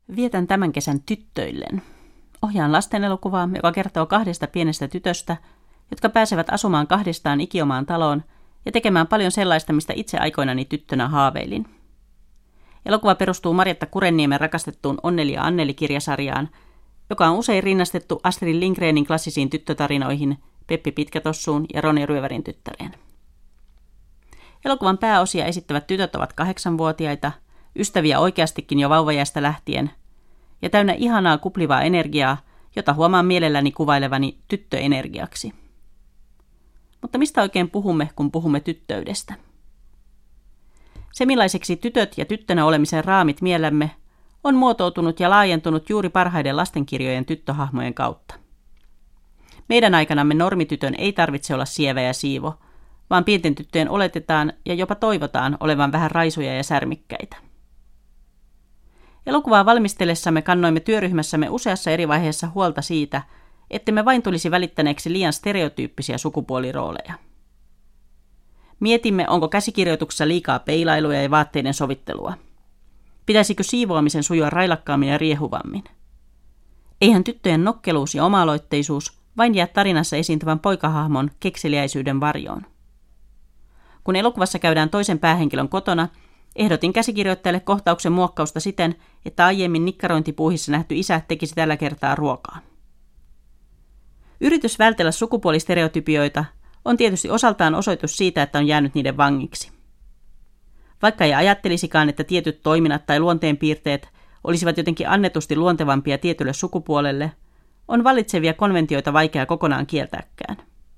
Vietän tämän kesän tyttöillen. Ohjaan lastenelokuvaa, joka kertoo 2 pienestä tytöstä, jotka pääsevät asumaan 2 ikiomaan taloon ja tekemään paljon sellaista, mistä itse aikoinani tyttönä haaveilin. Elokuva perustuu Marjatta Kurenniemen rakastettuun Onneli ja Anneli-kirjasarjaan, joka on usein rinnastettu Astrid Lindgrenin klassisiin tyttötarinoihin, Peppi Pitkätossuun ja Ronja Ryövärin tyttäreen. Elokuvan pääosia esittävät tytöt ovat 8-vuotiaita, ystäviä oikeastikin jo vauvajästä lähtien, ja täynnä ihanaa kuplivaa energiaa, jota huomaan mielelläni kuvailevani tyttöenergiaksi. Mutta mistä oikein puhumme, kun puhumme tyttöydestä? Se, millaiseksi tytöt ja tyttönä olemisen raamit mielämme, on muotoutunut ja laajentunut juuri parhaiden lastenkirjojen tyttöhahmojen kautta. Meidän aikanamme normitytön ei tarvitse olla sievä ja siivo, vaan pienten tyttöjen oletetaan ja jopa toivotaan olevan vähän raisuja ja särmikkäitä. Elokuvaa valmistellessamme kannoimme työryhmässämme useassa eri vaiheessa huolta siitä, ettemme vain tulisi välittäneeksi liian stereotyyppisiä sukupuolirooleja. Mietimme, onko käsikirjoituksessa liikaa peilailuja ja vaatteiden sovittelua. Pitäisikö siivoamisen sujua railakkaammin ja riehuvammin? Eihän tyttöjen nokkeluus ja oma-aloitteisuus vain jää tarinassa esiintyvän poikahahmon kekseliäisyyden varjoon. Kun elokuvassa käydään toisen päähenkilön kotona, ehdotin käsikirjoittajalle kohtauksen muokkausta siten, että aiemmin nikkarointipuuhissa nähty isä tekisi tällä kertaa ruokaa. Yritys vältellä sukupuolistereotypioita on tietysti osaltaan osoitus siitä, että on jäänyt niiden vangiksi. Vaikka ei ajattelisikaan, että tietyt toiminnat tai luonteenpiirteet olisivat jotenkin annetusti luontevampia tietylle sukupuolelle, on vallitsevia konventioita vaikea kokonaan kieltääkään.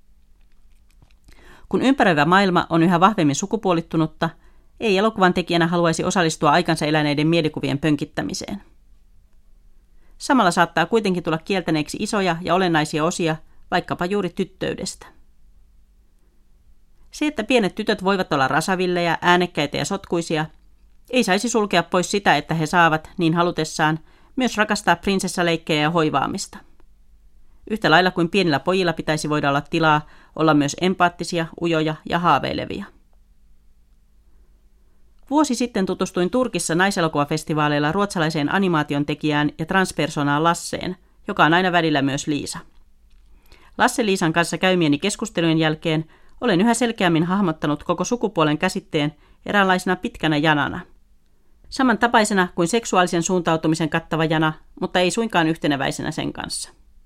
Kun ympäröivä maailma on yhä vahvemmin sukupuolittunutta, ei elokuvan tekijänä haluaisi osallistua aikansa eläneiden mielikuvien pönkittämiseen. Samalla saattaa kuitenkin tulla kieltäneeksi isoja ja olennaisia osia, vaikkapa juuri tyttöydestä. Se, että pienet tytöt voivat olla rasavillejä, äänekkäitä ja sotkuisia, ei saisi sulkea pois sitä, että he saavat, niin halutessaan, myös rakastaa prinsessaleikkejä ja hoivaamista. Yhtä lailla kuin pienillä pojilla pitäisi voida olla tilaa olla myös empaattisia, ujoja ja haaveilevia. Vuosi sitten tutustuin Turkissa naiselokuvafestivaaleilla ruotsalaiseen animaation tekijään ja transpersonaan Lasseen, joka on aina välillä myös Liisa. Lasse-Liisan kanssa käymieni keskustelujen jälkeen olen yhä selkeämmin hahmottanut koko sukupuolen käsitteen eräänlaisena pitkänä janana. Samantapaisena kuin seksuaalisen suuntautumisen kattava jana, mutta ei suinkaan yhteneväisenä sen kanssa.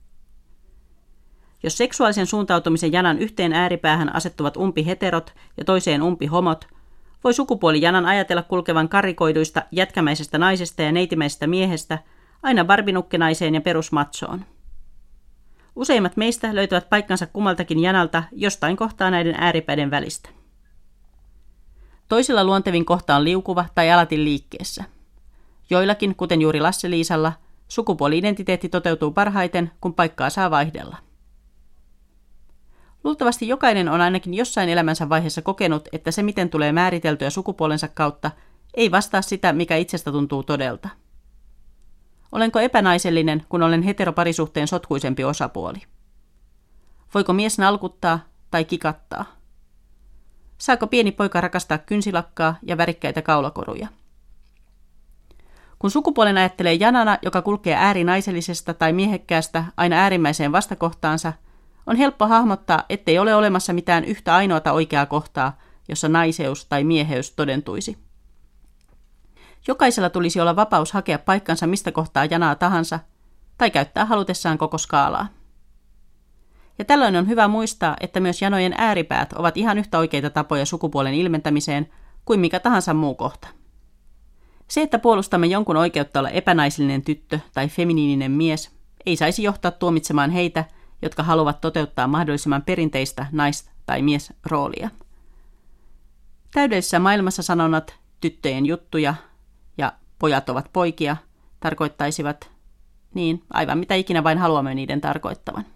Jos seksuaalisen suuntautumisen janan yhteen ääripäähän asettuvat umpiheterot ja toiseen umpihomot, voi sukupuolijanan ajatella kulkevan karikoiduista jätkämäisestä naisesta ja neitimäisestä miehestä aina barbinukkenaiseen ja perusmatsoon. Useimmat meistä löytävät paikkansa kummaltakin janalta jostain kohtaa näiden ääripäiden välistä. Toisilla luontevin kohta on liukuva tai alati liikkeessä. Joillakin, kuten juuri Lasse-Liisalla, sukupuoli-identiteetti toteutuu parhaiten, kun paikkaa saa vaihdella. Luultavasti jokainen on ainakin jossain elämänsä vaiheessa kokenut, että se, miten tulee määriteltyä sukupuolensa kautta, ei vastaa sitä, mikä itsestä tuntuu todelta. Olenko epänaisellinen, kun olen heteroparisuhteen sotkuisempi osapuoli? Voiko mies nalkuttaa tai kikattaa? Saako pieni poika rakastaa kynsilakkaa ja värikkäitä kaulakoruja? Kun sukupuolen ajattelee janana, joka kulkee äärinaisellisesta tai miehekkäästä aina äärimmäiseen vastakohtaansa, on helppo hahmottaa, ettei ole olemassa mitään yhtä ainoata oikeaa kohtaa, jossa naiseus tai mieheys todentuisi. Jokaisella tulisi olla vapaus hakea paikkansa mistä kohtaa janaa tahansa, tai käyttää halutessaan koko skaalaa. Ja tällöin on hyvä muistaa, että myös janojen ääripäät ovat ihan yhtä oikeita tapoja sukupuolen ilmentämiseen kuin mikä tahansa muu kohta. Se, että puolustamme jonkun oikeutta olla epänaisellinen tyttö tai feminiininen mies, ei saisi johtaa tuomitsemaan heitä, jotka haluavat toteuttaa mahdollisimman perinteistä nais- tai miesroolia. Täydellisessä maailmassa sanonnat tyttöjen juttuja ja pojat ovat poikia tarkoittaisivat niin aivan mitä ikinä vain haluamme niiden tarkoittavan.